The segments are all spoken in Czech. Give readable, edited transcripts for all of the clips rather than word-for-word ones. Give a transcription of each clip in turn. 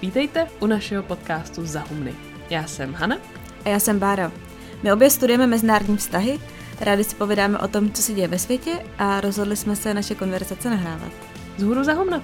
Vítejte u našeho podcastu Za humny. Já jsem Hana. A já jsem Bára. My obě studujeme mezinárodní vztahy, rádi si povídáme o tom, co se děje ve světě a rozhodli jsme se naše konverzace nahrávat. Vzhůru za humna.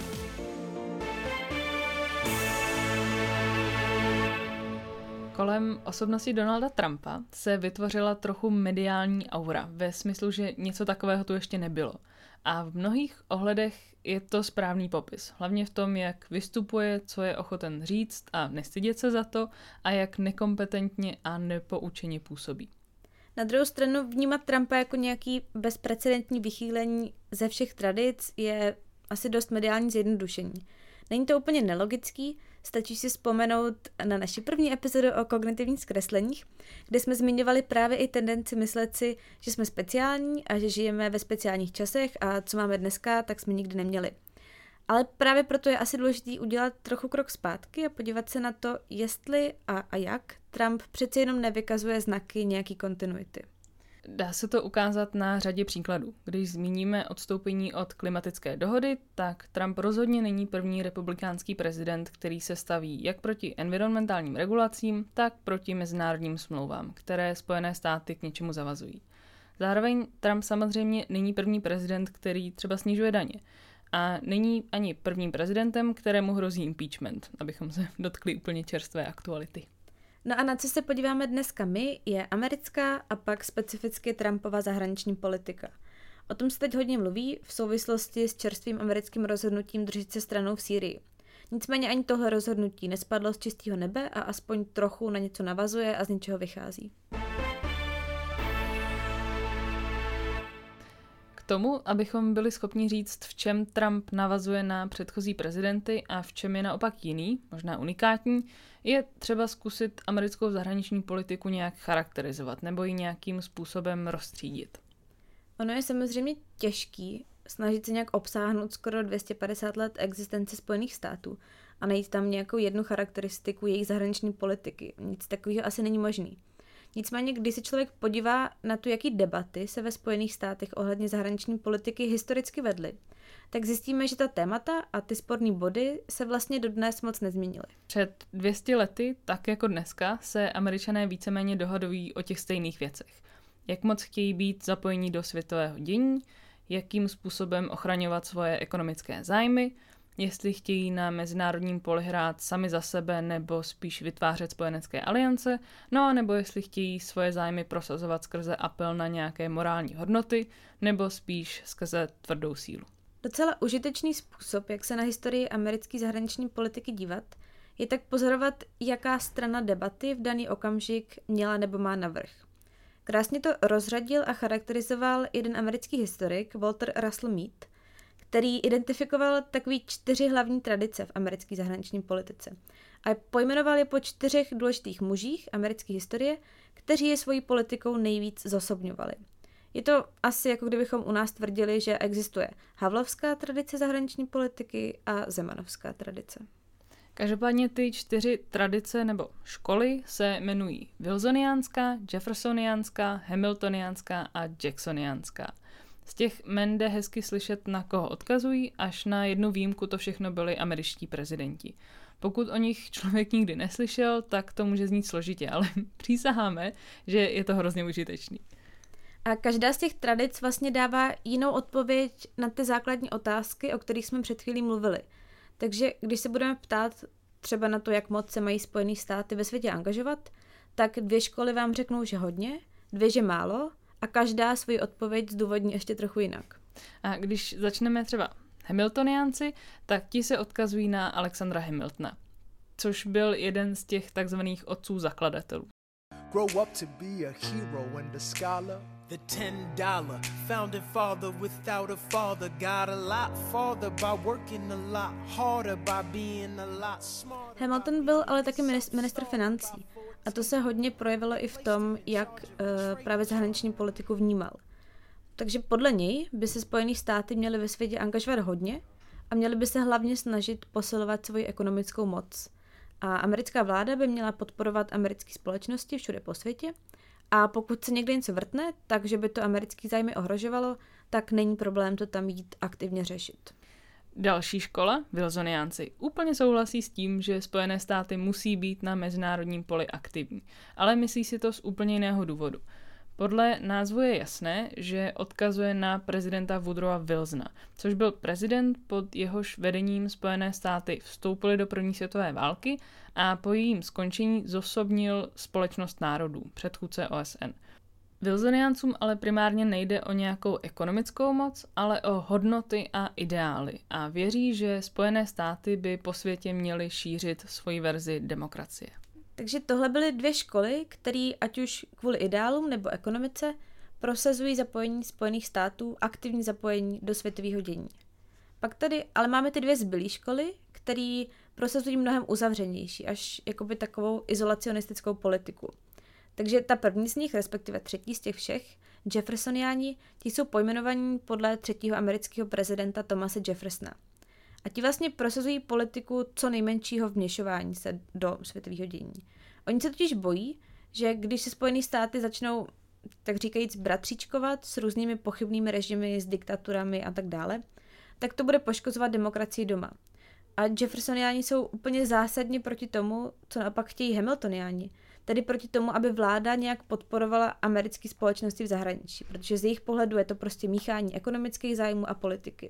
Kolem osobnosti Donalda Trumpa se vytvořila trochu mediální aura, ve smyslu, že něco takového tu ještě nebylo. A v mnohých ohledech je to správný popis. Hlavně v tom, jak vystupuje, co je ochoten říct a nestydět se za to a jak nekompetentně a nepoučeně působí. Na druhou stranu vnímat Trumpa jako nějaký bezprecedentní vychýlení ze všech tradic je asi dost mediální zjednodušení. Není to úplně nelogický, stačí si vzpomenout na naši první epizodu o kognitivních zkresleních, kde jsme zmiňovali právě i tendenci myslet si, že jsme speciální a že žijeme ve speciálních časech a co máme dneska, tak jsme nikdy neměli. Ale právě proto je asi důležité udělat trochu krok zpátky a podívat se na to, jestli a jak Trump přeci jenom nevykazuje znaky nějaký kontinuity. Dá se to ukázat na řadě příkladů. Když zmíníme odstoupení od klimatické dohody, tak Trump rozhodně není první republikánský prezident, který se staví jak proti environmentálním regulacím, tak proti mezinárodním smlouvám, které Spojené státy k něčemu zavazují. Zároveň Trump samozřejmě není první prezident, který třeba snižuje daně. A není ani prvním prezidentem, kterému hrozí impeachment, abychom se dotkli úplně čerstvé aktuality. No a na co se podíváme dneska my, je americká a pak specificky Trumpova zahraniční politika. O tom se teď hodně mluví v souvislosti s čerstvým americkým rozhodnutím držet se stranou v Sýrii. Nicméně ani tohle rozhodnutí nespadlo z čistého nebe a aspoň trochu na něco navazuje a z něčeho vychází. K tomu, abychom byli schopni říct, v čem Trump navazuje na předchozí prezidenty a v čem je naopak jiný, možná unikátní, je třeba zkusit americkou zahraniční politiku nějak charakterizovat nebo ji nějakým způsobem rozstřídit. Ono je samozřejmě těžký snažit se nějak obsáhnout skoro 250 let existence Spojených států a najít tam nějakou jednu charakteristiku jejich zahraniční politiky. Nic takového asi není možný. Nicméně, když se člověk podívá na to, jaký debaty se ve Spojených státech ohledně zahraniční politiky historicky vedly, tak zjistíme, že ta témata a ty sporný body se vlastně dodnes moc nezměnily. Před 200 lety, tak jako dneska, se Američané víceméně dohadují o těch stejných věcech. Jak moc chtějí být zapojení do světového dění, jakým způsobem ochraňovat svoje ekonomické zájmy, jestli chtějí na mezinárodním poli hrát sami za sebe nebo spíš vytvářet spojenecké aliance, no a nebo jestli chtějí svoje zájmy prosazovat skrze apel na nějaké morální hodnoty nebo spíš skrze tvrdou sílu. Docela užitečný způsob, jak se na historii americké zahraniční politiky dívat, je tak pozorovat, jaká strana debaty v daný okamžik měla nebo má navrch. Krásně to rozřadil a charakterizoval jeden americký historik, Walter Russell Mead, který identifikoval takový 4 hlavní tradice v americké zahraniční politice a pojmenoval je po 4 důležitých mužích americké historie, kteří je svojí politikou nejvíc zosobňovali. Je to asi jako kdybychom u nás tvrdili, že existuje havlovská tradice zahraniční politiky a zemanovská tradice. Každopádně ty 4 tradice nebo školy se jmenují wilsoniánská, jeffersoniánská, hamiltoniánská a jacksoniánská. Z těch jmen jde hezky slyšet, na koho odkazují, až na jednu výjimku to všechno byli američtí prezidenti. Pokud o nich člověk nikdy neslyšel, tak to může znít složitě, ale přísaháme, že je to hrozně užitečný. A každá z těch tradic vlastně dává jinou odpověď na ty základní otázky, o kterých jsme před chvílí mluvili. Takže když se budeme ptát třeba na to, jak moc se mají Spojené státy ve světě angažovat, tak 2 školy vám řeknou, že hodně, 2, že málo a každá svoji odpověď zdůvodní ještě trochu jinak. A když začneme třeba Hamiltoniánci, tak ti se odkazují na Alexandra Hamiltona, což byl jeden z těch takzvaných otců zakladatelů. Grow up to be a hero and a scholar. The $10 founding father without a father got a lot farther by working a lot harder by being a lot smarter. Hamilton byl ale taky ministr financí a to se hodně projevilo i v tom, jak právě zahraniční politiku vnímal. Takže podle něj by se Spojené státy měly ve světě angažovat hodně a měly by se hlavně snažit posilovat svoji ekonomickou moc. A americká vláda by měla podporovat americké společnosti všude po světě a pokud se někde něco vrtne, takže by to americký zájmy ohrožovalo, tak není problém to tam jít aktivně řešit. Další škola, Wilsoniánci, úplně souhlasí s tím, že Spojené státy musí být na mezinárodním poli aktivní, ale myslí si to z úplně jiného důvodu. Podle názvu je jasné, že odkazuje na prezidenta Woodrowa Wilsona, což byl prezident, pod jehož vedením Spojené státy vstoupily do první světové války a po jejím skončení zosobnil Společnost národů, předchůdce OSN. Wilsoniáncům ale primárně nejde o nějakou ekonomickou moc, ale o hodnoty a ideály a věří, že Spojené státy by po světě měly šířit svoji verzi demokracie. Takže tohle byly dvě školy, které ať už kvůli ideálům nebo ekonomice prosazují zapojení Spojených států, aktivní zapojení do světového dění. Pak tady ale máme ty dvě zbylé školy, které prosazují mnohem uzavřenější, až jakoby takovou izolacionistickou politiku. Takže ta první z nich, respektive třetí z těch všech, Jeffersoniáni, ti jsou pojmenovaní podle třetího amerického prezidenta Thomase Jeffersona. A ti vlastně prosazují politiku co nejmenšího vměšování se do světového dění. Oni se totiž bojí, že když se Spojené státy začnou, tak říkajíc, bratříčkovat s různými pochybnými režimy, s diktaturami a tak dále, tak to bude poškozovat demokracii doma. A Jeffersoniáni jsou úplně zásadně proti tomu, co naopak chtějí Hamiltoniáni, tedy proti tomu, aby vláda nějak podporovala americké společnosti v zahraničí, protože z jejich pohledu je to prostě míchání ekonomických zájmů a politiky.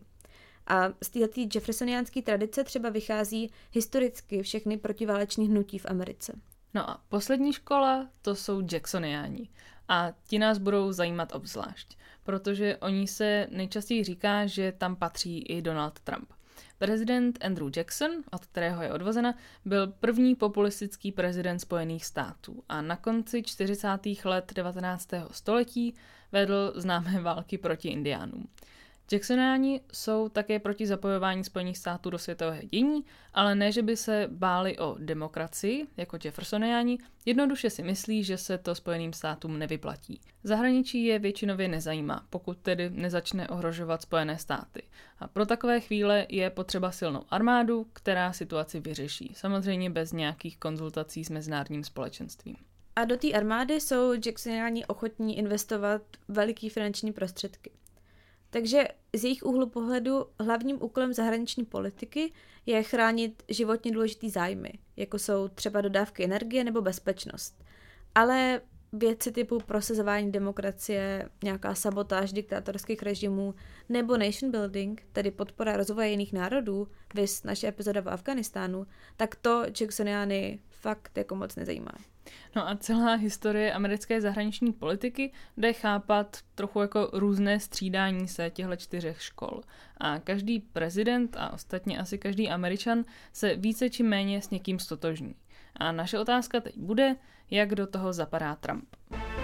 A z této jeffersoniánské tradice třeba vychází historicky všechny protiválečné hnutí v Americe. No a poslední škola, to jsou Jacksoniáni. A ti nás budou zajímat obzvlášť, protože oni se nejčastěji říká, že tam patří i Donald Trump. Prezident Andrew Jackson, od kterého je odvozena, byl první populistický prezident Spojených států a na konci 40. let 19. století vedl známé války proti indiánům. Jacksoniáni jsou také proti zapojování Spojených států do světového dění, ale ne, že by se báli o demokracii, jako Jeffersoniáni, jednoduše si myslí, že se to Spojeným státům nevyplatí. Zahraničí je většinově nezajímá, pokud tedy nezačne ohrožovat Spojené státy. A pro takové chvíle je potřeba silnou armádu, která situaci vyřeší, samozřejmě bez nějakých konzultací s mezinárodním společenstvím. A do té armády jsou Jacksoniáni ochotní investovat veliký finanční prostředky. Takže z jejich úhlu pohledu hlavním úkolem zahraniční politiky je chránit životně důležitý zájmy, jako jsou třeba dodávky energie nebo bezpečnost. Ale věci typu prosazování demokracie, nějaká sabotáž diktátorských režimů nebo nation building, tedy podpora rozvoje jiných národů, viz naše epizoda v Afghánistánu, tak to Jacksoniány fakt jako moc nezajímá. No a celá historie americké zahraniční politiky jde chápat trochu jako různé střídání se těchto 4 škol. A každý prezident a ostatně asi každý Američan se více či méně s někým stotožní. A naše otázka teď bude, jak do toho zapadá Trump.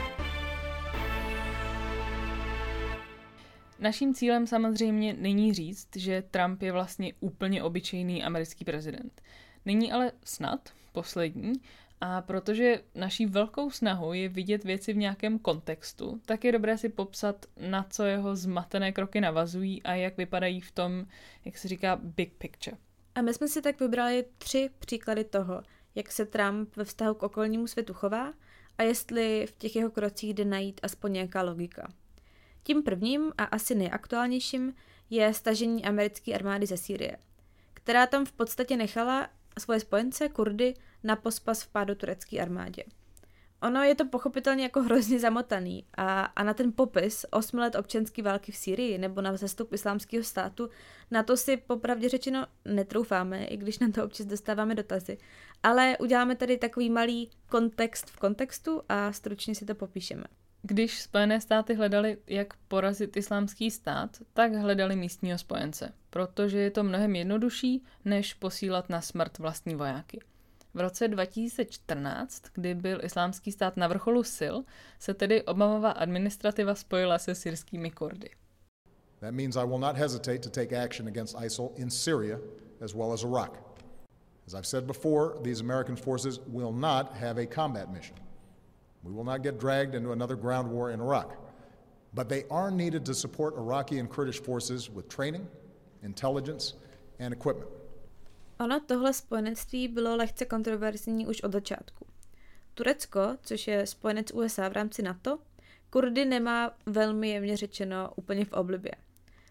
Naším cílem samozřejmě není říct, že Trump je vlastně úplně obyčejný americký prezident. Není ale snad poslední, a protože naší velkou snahou je vidět věci v nějakém kontextu, tak je dobré si popsat, na co jeho zmatené kroky navazují a jak vypadají v tom, jak se říká, big picture. A my jsme si tak vybrali 3 příklady toho, jak se Trump ve vztahu k okolnímu světu chová a jestli v těch jeho krocích jde najít aspoň nějaká logika. Tím prvním a asi nejaktuálnějším je stažení americké armády ze Sýrie, která tam v podstatě nechala svoje spojence Kurdy na pospas v pádu turecké armádě. Ono je to pochopitelně jako hrozně zamotaný a na ten popis 8 let občanské války v Sýrii nebo na vzestup islámského státu, na to si popravdě řečeno netroufáme, i když na to občas dostáváme dotazy. Ale uděláme tady takový malý kontext v kontextu a stručně si to popíšeme. Když Spojené státy hledali, jak porazit islámský stát, tak hledali místního spojence, protože je to mnohem jednodušší, než posílat na smrt vlastní vojáky. V roce 2014, kdy byl islámský stát na vrcholu sil, se tedy Obamova administrativa spojila se syrskými Kurdy. That means I will not hesitate to take action against ISIL in Syria as well as Iraq. As I've said before, these American forces will not have a combat mission. We will not get dragged into another ground war in Iraq. But they are needed to support Iraqi and Kurdish forces with training, intelligence and equipment. Ono tohle spojenectví bylo lehce kontroverzní už od začátku. Turecko, což je spojenec USA v rámci NATO, Kurdy nemá velmi jemně řečeno úplně v oblibě.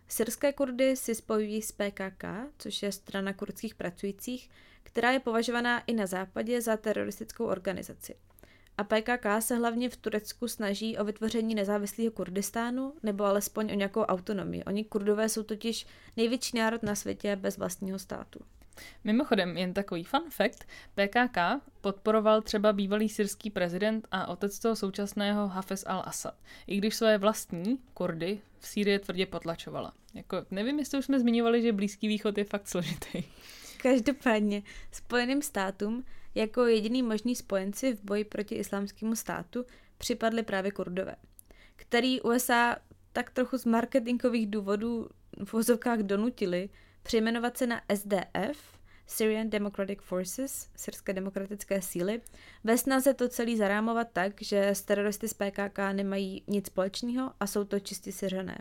Syrské Kurdy si spojují s PKK, což je strana kurdských pracujících, která je považovaná i na západě za teroristickou organizaci. A PKK se hlavně v Turecku snaží o vytvoření nezávislého Kurdistánu nebo alespoň o nějakou autonomii. Oni Kurdové jsou totiž největší národ na světě bez vlastního státu. Mimochodem, jen takový fun fact, PKK podporoval třeba bývalý syrský prezident a otec toho současného Hafez al-Assad, i když své vlastní Kurdy v Sýrii tvrdě potlačovala. Nevím, jestli už jsme zmiňovali, že Blízký východ je fakt složitý. Každopádně Spojeným státům jako jediný možný spojenci v boji proti islámskému státu připadli právě Kurdové, který USA tak trochu z marketingových důvodů v vozovkách donutili přejmenovat se na SDF, Syrian Democratic Forces, syrské demokratické síly, ve snaze to celý zarámovat tak, že s teroristy z PKK nemají nic společného a jsou to čistě Syřané.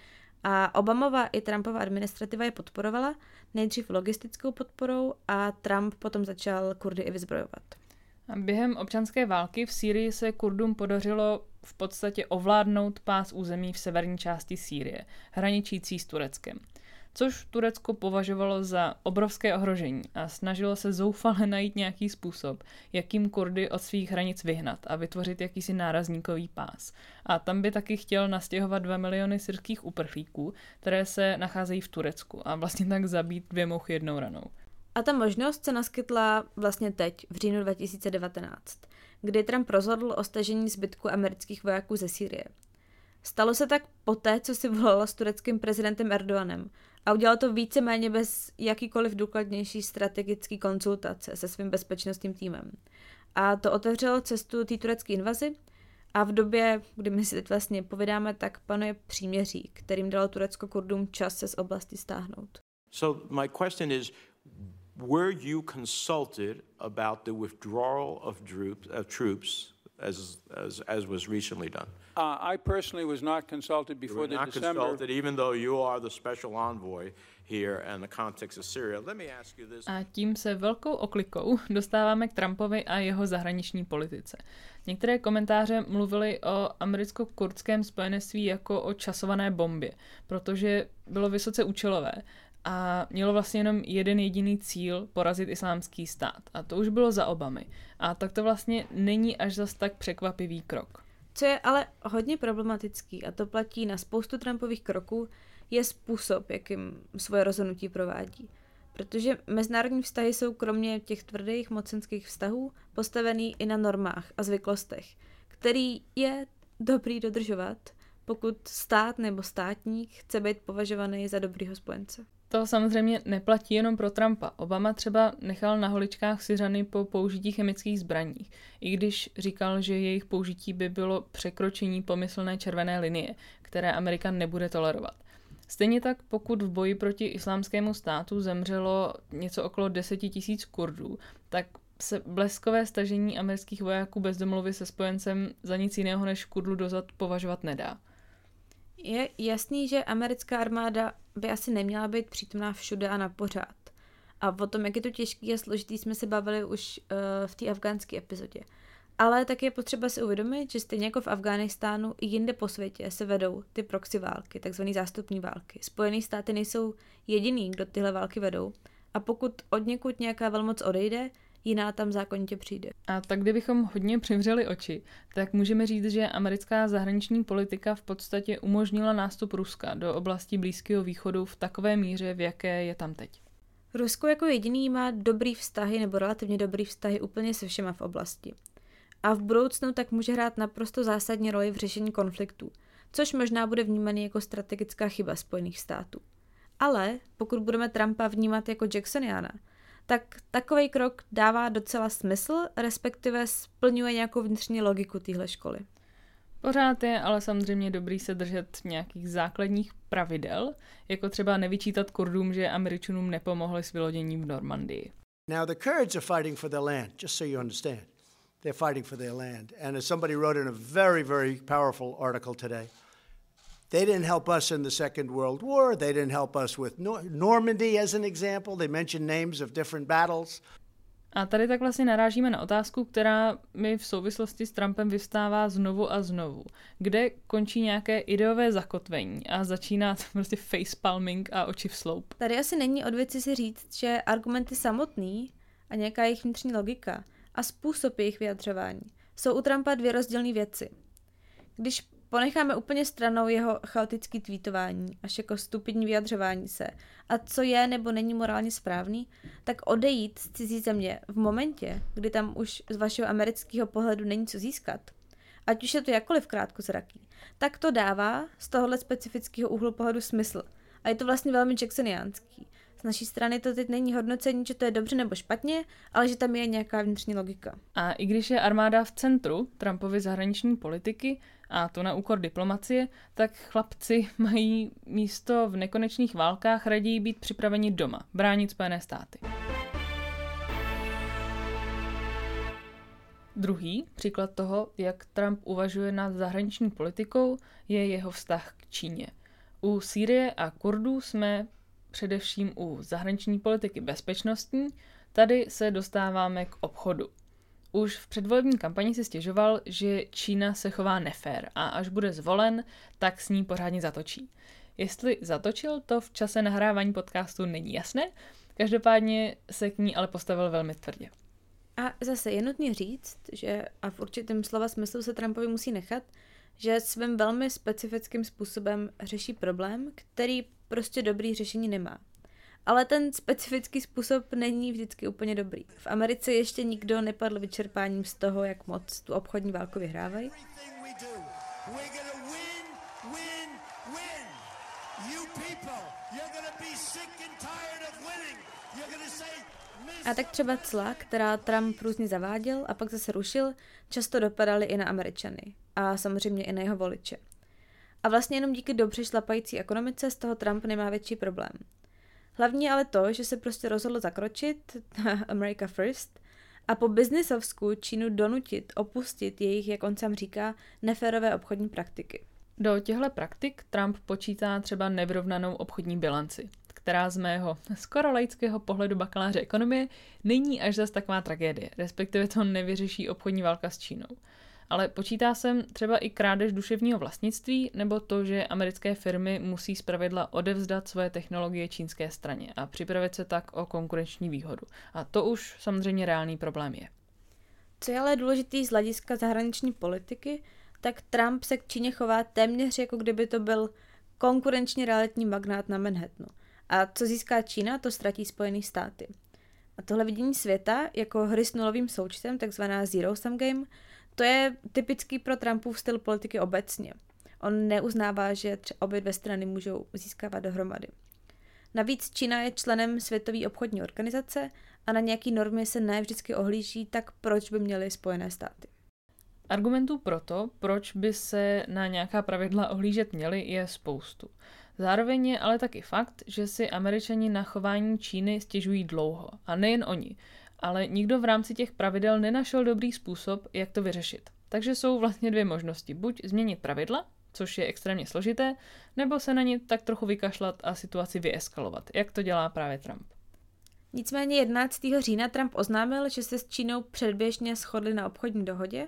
A Obamova i Trumpova administrativa je podporovala, nejdřív logistickou podporou a Trump potom začal Kurdy i vyzbrojovat. A během občanské války v Sýrii se Kurdům podařilo v podstatě ovládnout pás území v severní části Sýrie, hraničící s Tureckem. Což Turecko považovalo za obrovské ohrožení a snažilo se zoufale najít nějaký způsob, jakým Kurdy od svých hranic vyhnat a vytvořit jakýsi nárazníkový pás. A tam by taky chtěl nastěhovat 2 miliony syrských uprchlíků, které se nacházejí v Turecku a vlastně tak zabít 2 mouchy jednou ranou. A ta možnost se naskytla vlastně teď, v říjnu 2019, kdy Trump rozhodl o stažení zbytku amerických vojáků ze Sýrie. Stalo se tak poté, co si volala s tureckým prezidentem Erdoganem a udělal to víceméně bez jakýkoliv důkladnější strategický konzultace se svým bezpečnostním týmem. A to otevřelo cestu té turecké invazi a v době, kdy my si teď vlastně povídáme, tak panuje příměří, kterým dalo Turecko Kurdům čas se z oblasti stáhnout. So my question is, were you consulted about the withdrawal of troops as was recently done? I personally was not consulted before the December. Not consulted, even though you are the special envoy here in the context of Syria. Let me ask you this. A tím se velkou oklikou dostáváme k Trumpovi a jeho zahraniční politice. Některé komentáře mluvily o americko-kurdském spojenectví jako o časované bombě, protože bylo vysoce účelové a mělo vlastně jenom jeden jediný cíl porazit islámský stát. A to už bylo za Obamy. A tak to vlastně není až zas tak překvapivý krok. Co je ale hodně problematický, a to platí na spoustu Trumpových kroků, je způsob, jakým svoje rozhodnutí provádí. Protože mezinárodní vztahy jsou kromě těch tvrdých mocenských vztahů postavený i na normách a zvyklostech, který je dobrý dodržovat, pokud stát nebo státník chce být považovaný za dobrýho spojence. To samozřejmě neplatí jenom pro Trumpa. Obama třeba nechal na holičkách Syřany po použití chemických zbraní, i když říkal, že jejich použití by bylo překročení pomyslné červené linie, které Amerika nebude tolerovat. Stejně tak, pokud v boji proti islámskému státu zemřelo něco okolo 10 000 Kurdů, tak se bleskové stažení amerických vojáků bez domluvy se spojencem za nic jiného než kudlu dozad považovat nedá. Je jasný, že americká armáda by asi neměla být přítomná všude a na pořád. A o tom, jak je to těžký a složitý, jsme se bavili už v té afgánské epizodě. Ale tak je potřeba si uvědomit, že stejně jako v Afghánistánu i jinde po světě se vedou ty proxy války, takzvané zástupní války. Spojené státy nejsou jediný, kdo tyhle války vedou. A pokud odněkud nějaká velmoc odejde, jiná tam zákonitě přijde. A tak kdybychom hodně přivřeli oči, tak můžeme říct, že americká zahraniční politika v podstatě umožnila nástup Ruska do oblasti Blízkého východu v takové míře, v jaké je tam teď. Rusko jako jediný má dobrý vztahy nebo relativně dobrý vztahy úplně se všema v oblasti. A v budoucnu tak může hrát naprosto zásadní roli v řešení konfliktů, což možná bude vnímaný jako strategická chyba Spojených států. Ale pokud budeme Trumpa vnímat jako Jacksoniana, tak takový krok dává docela smysl, respektive splňuje nějakou vnitřní logiku téhle školy. Pořád je ale samozřejmě dobrý se držet nějakých základních pravidel, jako třeba nevyčítat Kurdům, že Američanům nepomohli s vyloděním v Normandii. Now the Kurds are fighting for their land, just so you understand. They're fighting for their land. And as somebody wrote in a very, very powerful article today, they didn't help us in the Second World War. They didn't help us with Normandy as an example. They mentioned names of different battles. A tady tak vlastně narážíme na otázku, která mi v souvislosti s Trumpem vyvstává znovu a znovu. Kde končí nějaké ideové zakotvení a začíná prostě facepalming a oči v sloup? Tady asi není od věci si říct, že argumenty samotný a nějaká jejich vnitřní logika a způsob jejich vyjadřování jsou u Trumpa dvě rozdílné věci. Když ponecháme úplně stranou jeho chaotický tweetování až jako stupidní vyjadřování se a co je nebo není morálně správný, tak odejít z cizí země v momentě, kdy tam už z vašeho amerického pohledu není co získat, ať už je to jakkoliv krátkozraký, tak to dává z tohohle specifického úhlu pohledu smysl. A je to vlastně velmi jacksoniánský. Z naší strany to teď není hodnocení, že to je dobře nebo špatně, ale že tam je nějaká vnitřní logika. A i když je armáda v centru Trumpovy zahraniční politiky, a to na úkor diplomacie, tak chlapci mají místo v nekonečných válkách raději být připraveni doma, bránit Spojené státy. Druhý příklad toho, jak Trump uvažuje nad zahraniční politikou, je jeho vztah k Číně. U Sýrie a Kurdů jsme především u zahraniční politiky bezpečnostní, tady se dostáváme k obchodu. Už v předvolební kampani si stěžoval, že Čína se chová nefér a až bude zvolen, tak s ní pořádně zatočí. Jestli zatočil, to v čase nahrávání podcastu není jasné, každopádně se k ní ale postavil velmi tvrdě. A zase je nutné říct, že a v určitém slova smyslu se Trumpovi musí nechat, že svým velmi specifickým způsobem řeší problém, který prostě dobrý řešení nemá. Ale ten specifický způsob není vždycky úplně dobrý. V Americe ještě nikdo nepadl vyčerpáním z toho, jak moc tu obchodní válku vyhrávají. A tak třeba cla, která Trump různě zaváděl a pak zase rušil, často dopadaly i na Američany. A samozřejmě i na jeho voliče. A vlastně jenom díky dobře šlapající ekonomice z toho Trump nemá větší problém. Hlavně ale to, že se prostě rozhodl zakročit America First a po biznisovsku Čínu donutit opustit jejich, jak on sám říká, neférové obchodní praktiky. Do těchto praktik Trump počítá třeba nevyrovnanou obchodní bilanci, která z mého skoro laického pohledu bakaláře ekonomie není až zas taková tragédie, respektive to nevyřeší obchodní válka s Čínou. Ale počítá sem třeba i krádež duševního vlastnictví nebo to, že americké firmy musí zpravidla odevzdat svoje technologie čínské straně a připravit se tak o konkurenční výhodu. A to už samozřejmě reálný problém je. Co je ale důležitý z hlediska zahraniční politiky, tak Trump se k Číně chová téměř jako kdyby to byl konkurenční realitní magnát na Manhattanu. A co získá Čína, to ztratí Spojené státy. A tohle vidění světa jako hry s nulovým součtem, takzvaná zero sum game, to je typický pro Trumpův styl politiky obecně. On neuznává, že obě dvě strany můžou získávat dohromady. Navíc Čína je členem Světové obchodní organizace a na nějaký normy se ne vždycky ohlíží, tak proč by měly Spojené státy? Argumentů pro to, proč by se na nějaká pravidla ohlížet měly, je spoustu. Zároveň je ale taky fakt, že si Američani na chování Číny stěžují dlouho. A nejen oni. Ale nikdo v rámci těch pravidel nenašel dobrý způsob, jak to vyřešit. Takže jsou vlastně dvě možnosti. Buď změnit pravidla, což je extrémně složité, nebo se na ně tak trochu vykašlat a situaci vyeskalovat, jak to dělá právě Trump. Nicméně 11. října Trump oznámil, že se s Čínou předběžně shodli na obchodní dohodě,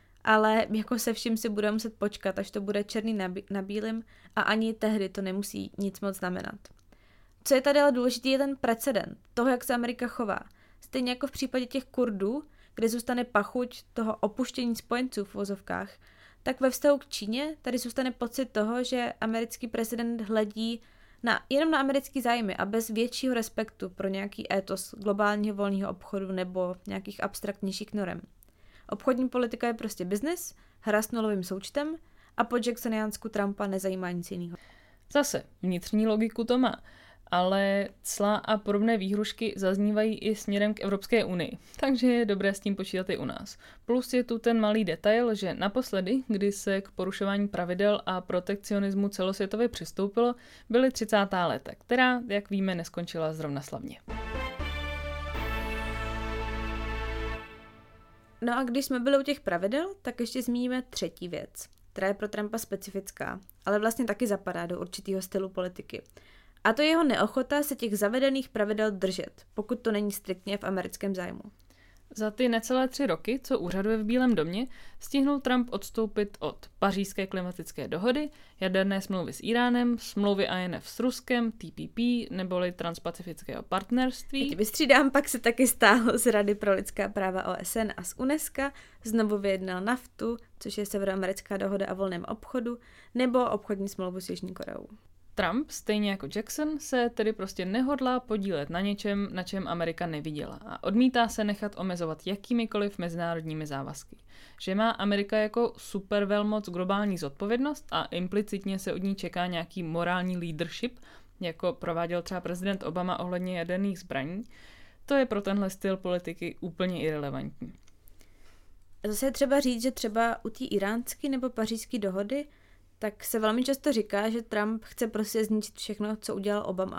ale jako se vším si budeme muset počkat, až to bude černý na bílým a ani tehdy to nemusí nic moc znamenat. Co je tady ale důležitý, je ten precedent toho, jak se Amerika chová. Stejně jako v případě těch Kurdů, kde zůstane pachuť toho opuštění spojenců v vozovkách, tak ve vztahu k Číně tady zůstane pocit toho, že americký prezident hledí jenom na americký zájmy a bez většího respektu pro nějaký étos globálního volného obchodu nebo nějakých abstraktnějších norem. Obchodní politika je prostě biznis, hra s nulovým součtem a po jacksoniánsku Trumpa nezajímá nic jiného. Zase, vnitřní logiku to má. Ale cla a podobné výhrušky zaznívají i směrem k Evropské unii, takže je dobré s tím počítat i u nás. Plus je tu ten malý detail, že naposledy, kdy se k porušování pravidel a protekcionismu celosvětově přistoupilo, byly 30. léta, která, jak víme, neskončila zrovna slavně. No a když jsme byli u těch pravidel, tak ještě zmíníme třetí věc, která je pro Trumpa specifická, ale vlastně taky zapadá do určitého stylu politiky. A to je jeho neochota se těch zavedených pravidel držet, pokud to není striktně v americkém zájmu. Za ty necelé 3 roky, co úřaduje v Bílém domě, stihnul Trump odstoupit od Pařížské klimatické dohody, jaderné smlouvy s Iránem, smlouvy INF s Ruskem, TPP neboli Transpacifického partnerství. Teď vystřídám, pak se taky stáhl z Rady pro lidská práva OSN a z UNESCO, znovu vyjednal NAFTu, což je Severoamerická dohoda o volném obchodu, nebo obchodní smlouvu s Jižní Koreou. Trump, stejně jako Jackson, se tedy prostě nehodlá podílet na něčem, na čem Amerika neviděla a odmítá se nechat omezovat jakýmikoliv mezinárodními závazky. Že má Amerika jako supervelmoc globální zodpovědnost a implicitně se od ní čeká nějaký morální leadership, jako prováděl třeba prezident Obama ohledně jaderných zbraní, to je pro tenhle styl politiky úplně irelevantní. Zase je třeba říct, že třeba u té iránské nebo pařížské dohody tak se velmi často říká, že Trump chce prostě zničit všechno, co udělal Obama.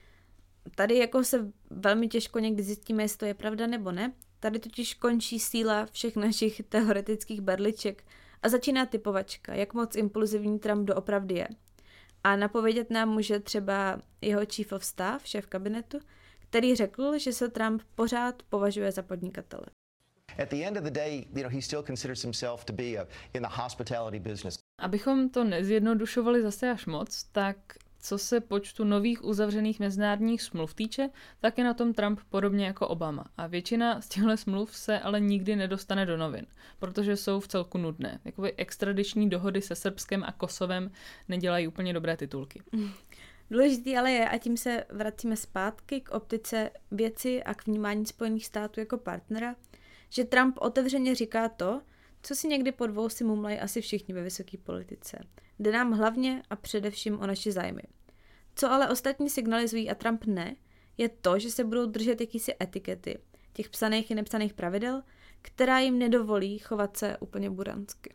Tady jako se velmi těžko někdy zjistíme, jestli to je pravda nebo ne. Tady totiž končí síla všech našich teoretických berliček a začíná typovačka, jak moc impulzivní Trump doopravdy je. A napovědět nám může třeba jeho chief of staff, šéf kabinetu, který řekl, že se Trump pořád považuje za podnikatele. At the end of the day, he still considers himself to be in the hospitality business. Abychom to nezjednodušovali zase až moc, tak co se počtu nových uzavřených mezinárodních smluv týče, tak je na tom Trump podobně jako Obama. A většina z těchto smluv se ale nikdy nedostane do novin, protože jsou v celku nudné. Jakoby extradiční dohody se Srbskem a Kosovem nedělají úplně dobré titulky. Důležitý ale je, a tím se vracíme zpátky k optice věci a k vnímání Spojených států jako partnera, že Trump otevřeně říká to, co si někdy pod vousy mumlají asi všichni ve vysoké politice. Jde nám hlavně a především o naše zájmy. Co ale ostatní signalizují a Trump ne, je to, že se budou držet jakýsi etikety, těch psaných i nepsaných pravidel, která jim nedovolí chovat se úplně buransky.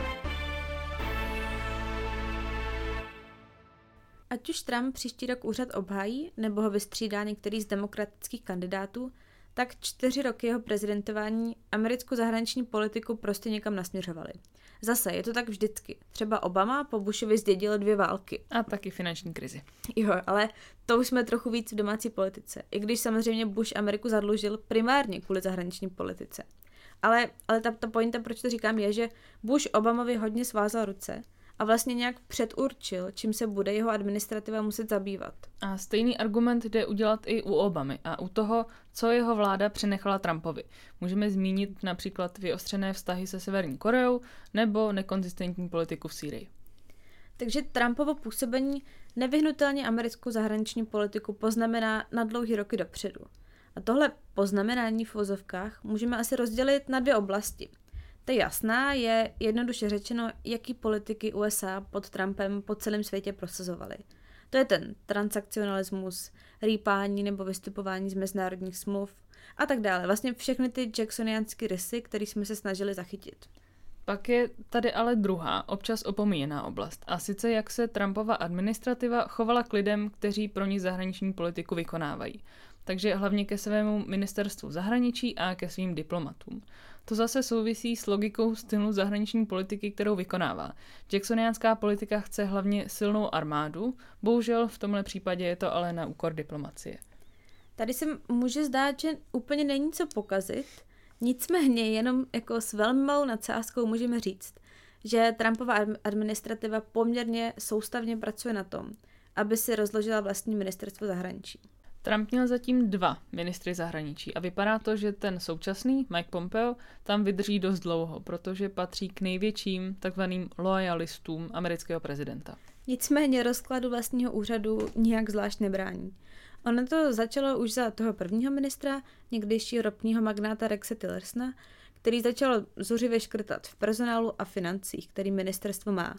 Ať už Trump příští rok úřad obhájí, nebo ho vystřídá některý z demokratických kandidátů, tak 4 roky jeho prezidentování americkou zahraniční politiku prostě někam nasměřovaly. Zase, je to tak vždycky. Třeba Obama po Bushovi zdědil 2 války. A taky finanční krizi. Jo, ale to už jsme trochu víc v domácí politice. I když samozřejmě Bush Ameriku zadlužil primárně kvůli zahraniční politice. Ale ta pointa, proč to říkám, je, že Bush Obamovi hodně svázal ruce a vlastně nějak předurčil, čím se bude jeho administrativa muset zabývat. A stejný argument jde udělat i u Obamy a u toho, co jeho vláda přenechala Trumpovi. Můžeme zmínit například vyostřené vztahy se Severní Koreou nebo nekonzistentní politiku v Sýrii. Takže Trumpovo působení nevyhnutelně americkou zahraniční politiku poznamená na dlouhý roky dopředu. A tohle poznamenání v uvozovkách můžeme asi rozdělit na 2 oblasti. Ta jasná je jednoduše řečeno, jaký politiky USA pod Trumpem po celém světě prosazovaly. To je ten transakcionalismus, rýpání nebo vystupování z mezinárodních smluv a tak dále. Vlastně všechny ty jacksoniánské rysy, které jsme se snažili zachytit. Pak je tady ale druhá, občas opomíjená oblast. A sice jak se Trumpova administrativa chovala k lidem, kteří pro ní zahraniční politiku vykonávají. Takže hlavně ke svému ministerstvu zahraničí a ke svým diplomatům. To zase souvisí s logikou stylu zahraniční politiky, kterou vykonává. Jacksoniánská politika chce hlavně silnou armádu, bohužel v tomhle případě je to ale na úkor diplomacie. Tady se může zdát, že úplně není co pokazit, nicméně jenom jako s velmi malou nadsázkou můžeme říct, že Trumpova administrativa poměrně soustavně pracuje na tom, aby si rozložila vlastní ministerstvo zahraničí. Trump měl zatím 2 ministry zahraničí a vypadá to, že ten současný, Mike Pompeo, tam vydrží dost dlouho, protože patří k největším takzvaným loyalistům amerického prezidenta. Nicméně rozkladu vlastního úřadu nijak zvlášť nebrání. Ono to začalo už za toho prvního ministra, někdejšího ropního magnáta Rexe Tillersona, který začal zuřivě škrtat v personálu a financích, který ministerstvo má,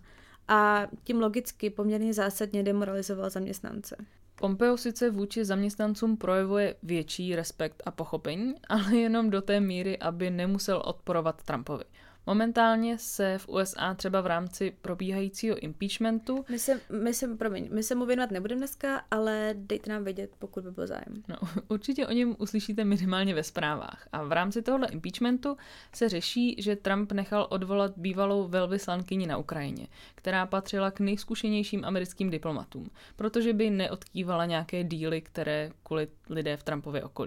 a tím logicky poměrně zásadně demoralizoval zaměstnance. Pompeo sice vůči zaměstnancům projevuje větší respekt a pochopení, ale jenom do té míry, aby nemusel odporovat Trumpovi. Momentálně se v USA třeba v rámci probíhajícího impeachmentu... My se mu věnovat nebudeme dneska, ale dejte nám vědět, pokud by byl zájem. No, určitě o něm uslyšíte minimálně ve zprávách. A v rámci tohohle impeachmentu se řeší, že Trump nechal odvolat bývalou velvyslankyni na Ukrajině, která patřila k nejzkušenějším americkým diplomatům, protože by neodkývala nějaké díly, které kvůli lidé v Trumpově okolí.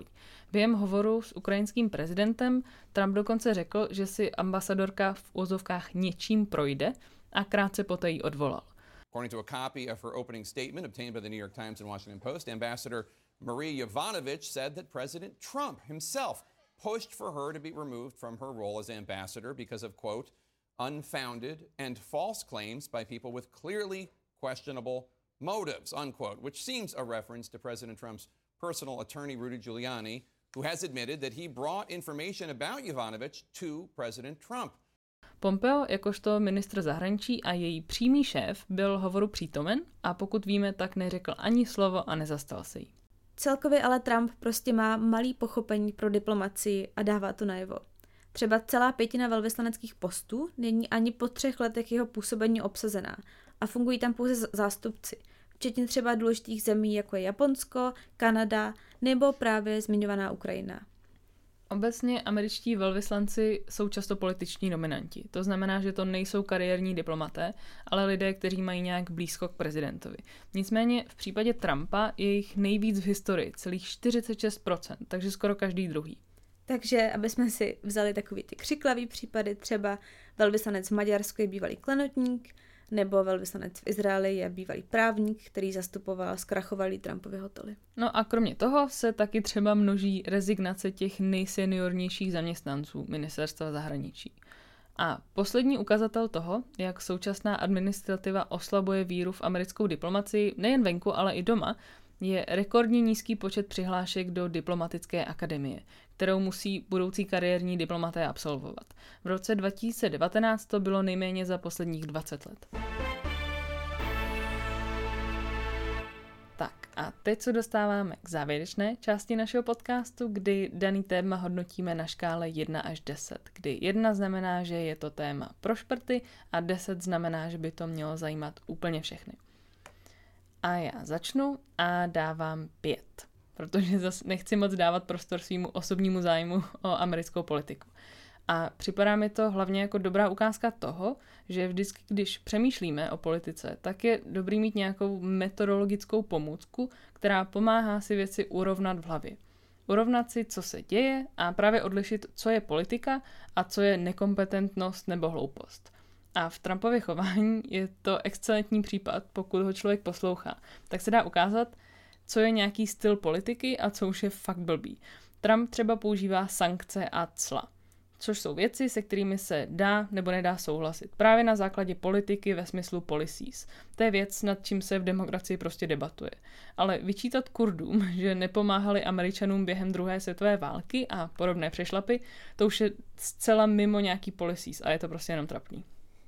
Během hovoru s ukrajinským prezidentem Trump dokonce řekl, že si ambasadorka v uvozovkách něčím projde a krátce poté ji odvolal. According to a copy of her opening statement obtained by the New York Times and Washington Post, Ambassador Marie Yovanovitch said that President Trump himself pushed for her to be removed from her role as ambassador because of, quote, unfounded and false claims by people with clearly questionable motives, unquote, which seems a reference to President Trump's personal attorney, Rudy Giuliani, who has admitted that he brought information about Yovanovitch to President Trump. Pompeo, jakožto ministr zahraničí a její přímý šéf, byl hovoru přítomen a pokud víme, tak neřekl ani slovo a nezastal se jí. Celkově ale Trump prostě má malý pochopení pro diplomacii a dává to najevo. Třeba celá 1/5 velvyslaneckých postů není ani po 3 letech jeho působení obsazená a fungují tam pouze zástupci, včetně třeba důležitých zemí, jako je Japonsko, Kanada nebo právě zmiňovaná Ukrajina. Obecně američtí velvyslanci jsou často političní nominanti. To znamená, že to nejsou kariérní diplomaté, ale lidé, kteří mají nějak blízko k prezidentovi. Nicméně v případě Trumpa je jich nejvíc v historii, celých 46%, takže skoro každý druhý. Takže, aby jsme si vzali takový ty křiklavý případy, třeba velvyslanec v Maďarsku je bývalý klenotník, nebo velvyslanec v Izraeli je bývalý právník, který zastupoval zkrachovalý Trumpovy hotely. No a kromě toho se taky třeba množí rezignace těch nejseniornějších zaměstnanců ministerstva zahraničí. A poslední ukazatel toho, jak současná administrativa oslabuje víru v americkou diplomacii nejen venku, ale i doma, je rekordně nízký počet přihlášek do diplomatické akademie, kterou musí budoucí kariérní diplomaté absolvovat. V roce 2019 to bylo nejméně za posledních 20 let. Tak a teď se dostáváme k závěrečné části našeho podcastu, kdy daný téma hodnotíme na škále 1 až 10, kdy 1 znamená, že je to téma pro šprty a 10 znamená, že by to mělo zajímat úplně všechny. A já začnu a dávám 5, protože zase nechci moc dávat prostor svýmu osobnímu zájmu o americkou politiku. A připadá mi to hlavně jako dobrá ukázka toho, že vždycky, když přemýšlíme o politice, tak je dobrý mít nějakou metodologickou pomůcku, která pomáhá si věci urovnat v hlavě. Urovnat si, co se děje a právě odlišit, co je politika a co je nekompetentnost nebo hloupost. A v Trumpově chování je to excelentní případ, pokud ho člověk poslouchá. Tak se dá ukázat, co je nějaký styl politiky a co už je fakt blbý. Trump třeba používá sankce a cla, což jsou věci, se kterými se dá nebo nedá souhlasit. Právě na základě politiky ve smyslu policies. To je věc, nad čím se v demokracii prostě debatuje. Ale vyčítat Kurdům, že nepomáhali Američanům během druhé světové války a podobné přešlapy, to už je zcela mimo nějaký policies a je to prostě jenom trapný.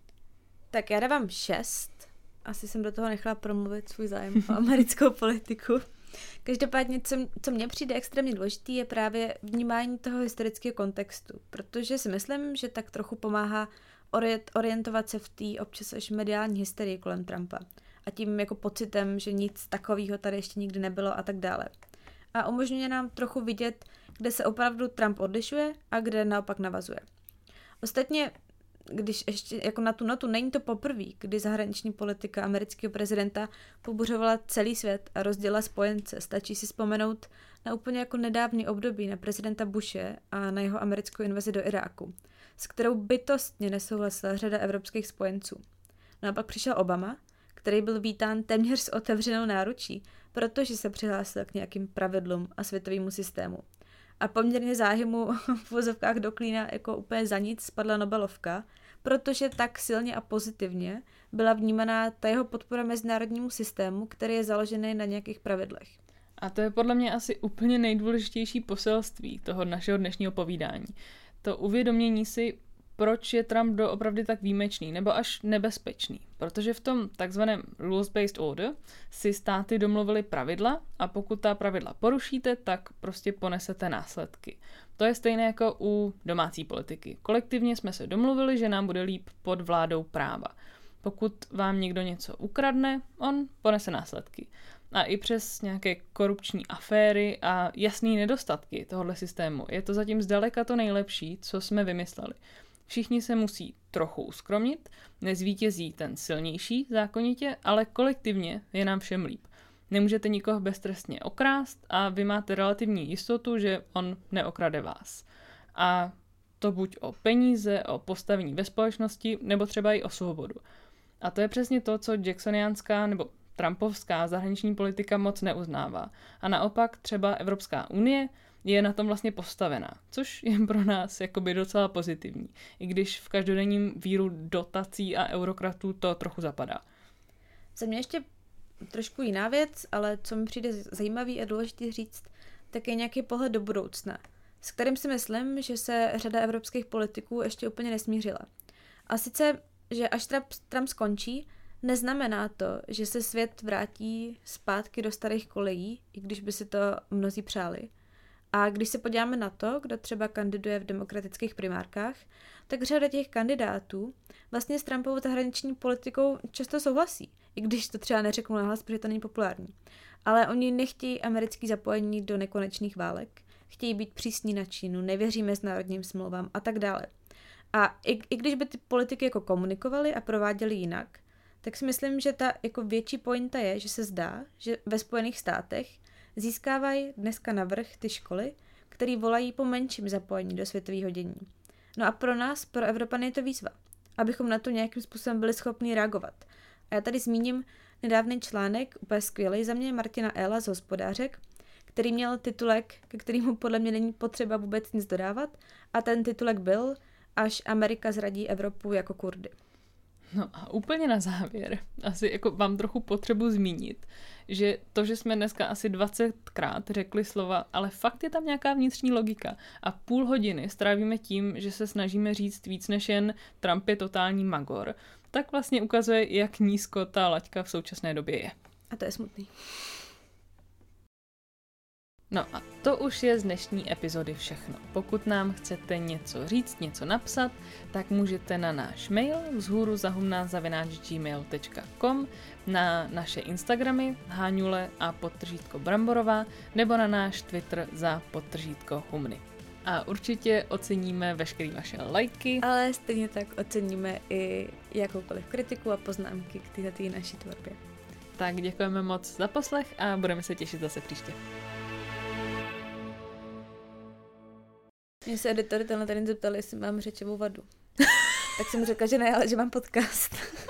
Tak já dávám 6. Asi jsem do toho nechala promluvit svůj zájem o americkou politiku. Každopádně, co mně přijde extrémně důležitý, je právě vnímání toho historického kontextu, protože si myslím, že tak trochu pomáhá orientovat se v té občas až mediální hysterii kolem Trumpa a tím jako pocitem, že nic takového tady ještě nikdy nebylo a tak dále. A umožňuje nám trochu vidět, kde se opravdu Trump odlišuje a kde naopak navazuje. Ostatně, když ještě jako na tu notu není to poprvé, kdy zahraniční politika amerického prezidenta pobuřovala celý svět a rozdělila spojence. Stačí si vzpomenout na úplně jako nedávný období na prezidenta Bushe a na jeho americkou invazi do Iráku, s kterou bytostně nesouhlasila řada evropských spojenců. No a pak přišel Obama, který byl vítán téměř s otevřenou náručí, protože se přihlásil k nějakým pravidlům a světovému systému. A poměrně záhy mu v vozovkách do klína jako úplně za nic spadla Nobelovka, protože tak silně a pozitivně byla vnímaná ta jeho podpora mezinárodnímu systému, který je založený na nějakých pravidlech. A to je podle mě asi úplně nejdůležitější poselství toho našeho dnešního povídání. To uvědomění si, proč je Trump doopravdy tak výjimečný nebo až nebezpečný. Protože v tom takzvaném rules-based order si státy domluvily pravidla a pokud ta pravidla porušíte, tak prostě ponesete následky. To je stejné jako u domácí politiky. Kolektivně jsme se domluvili, že nám bude líp pod vládou práva. Pokud vám někdo něco ukradne, on ponese následky. A i přes nějaké korupční aféry a jasné nedostatky tohoto systému je to zatím zdaleka to nejlepší, co jsme vymysleli. Všichni se musí trochu uskromnit, nezvítězí ten silnější zákonitě, ale kolektivně je nám všem líp. Nemůžete nikoho beztrestně okrást a vy máte relativní jistotu, že on neokrade vás. A to buď o peníze, o postavení ve společnosti, nebo třeba i o svobodu. A to je přesně to, co jacksoniánská nebo trumpovská zahraniční politika moc neuznává. A naopak třeba Evropská unie je na tom vlastně postavená, což je pro nás jakoby docela pozitivní, i když v každodenním víru dotací a eurokratů to trochu zapadá. Za mě ještě trošku jiná věc, ale co mi přijde zajímavý a důležitý říct, tak je nějaký pohled do budoucna, s kterým si myslím, že se řada evropských politiků ještě úplně nesmířila. A sice, že až Trump skončí, neznamená to, že se svět vrátí zpátky do starých kolejí, i když by si to mnozí přáli. A když se podíváme na to, kdo třeba kandiduje v demokratických primárkách, tak řada těch kandidátů vlastně s Trumpovou zahraniční politikou často souhlasí, i když to třeba neřeknou nahlas, protože to není populární. Ale oni nechtějí americký zapojení do nekonečných válek, chtějí být přísní na Čínu, nevěří mezinárodním smlouvám a tak dále. A i když by ty politiky jako komunikovali a prováděli jinak, tak si myslím, že ta jako větší pointa je, že se zdá, že ve Spojených státech získávají dneska navrch ty školy, které volají po menším zapojení do světového dění. No a pro nás, pro Evropany je to výzva, abychom na to nějakým způsobem byli schopni reagovat. A já tady zmíním nedávný článek, úplně skvělý za mě, Martina Ela z Hospodářek, který měl titulek, ke kterému podle mě není potřeba vůbec nic dodávat, a ten titulek byl Až Amerika zradí Evropu jako Kurdy. No a úplně na závěr, asi jako vám trochu potřebu zmínit, že to, že jsme dneska asi 20krát řekli slova, ale fakt je tam nějaká vnitřní logika a půl hodiny strávíme tím, že se snažíme říct víc než jen Trump je totální magor, tak vlastně ukazuje, jak nízko ta laťka v současné době je. A to je smutný. No a to už je z dnešní epizody všechno. Pokud nám chcete něco říct, něco napsat, tak můžete na náš mail vzhůru@gmail.com, na naše Instagramy Háňule a _Bramborová, nebo na náš Twitter za _Humny. A určitě oceníme veškeré vaše lajky. Ale stejně tak oceníme i jakoukoliv kritiku a poznámky k této naší tvorbě. Tak děkujeme moc za poslech a budeme se těšit zase příště. Mě se editory tenhle zeptali, jestli mám řečovou vadu. Tak jsem řekla, že ne, ale že mám podcast.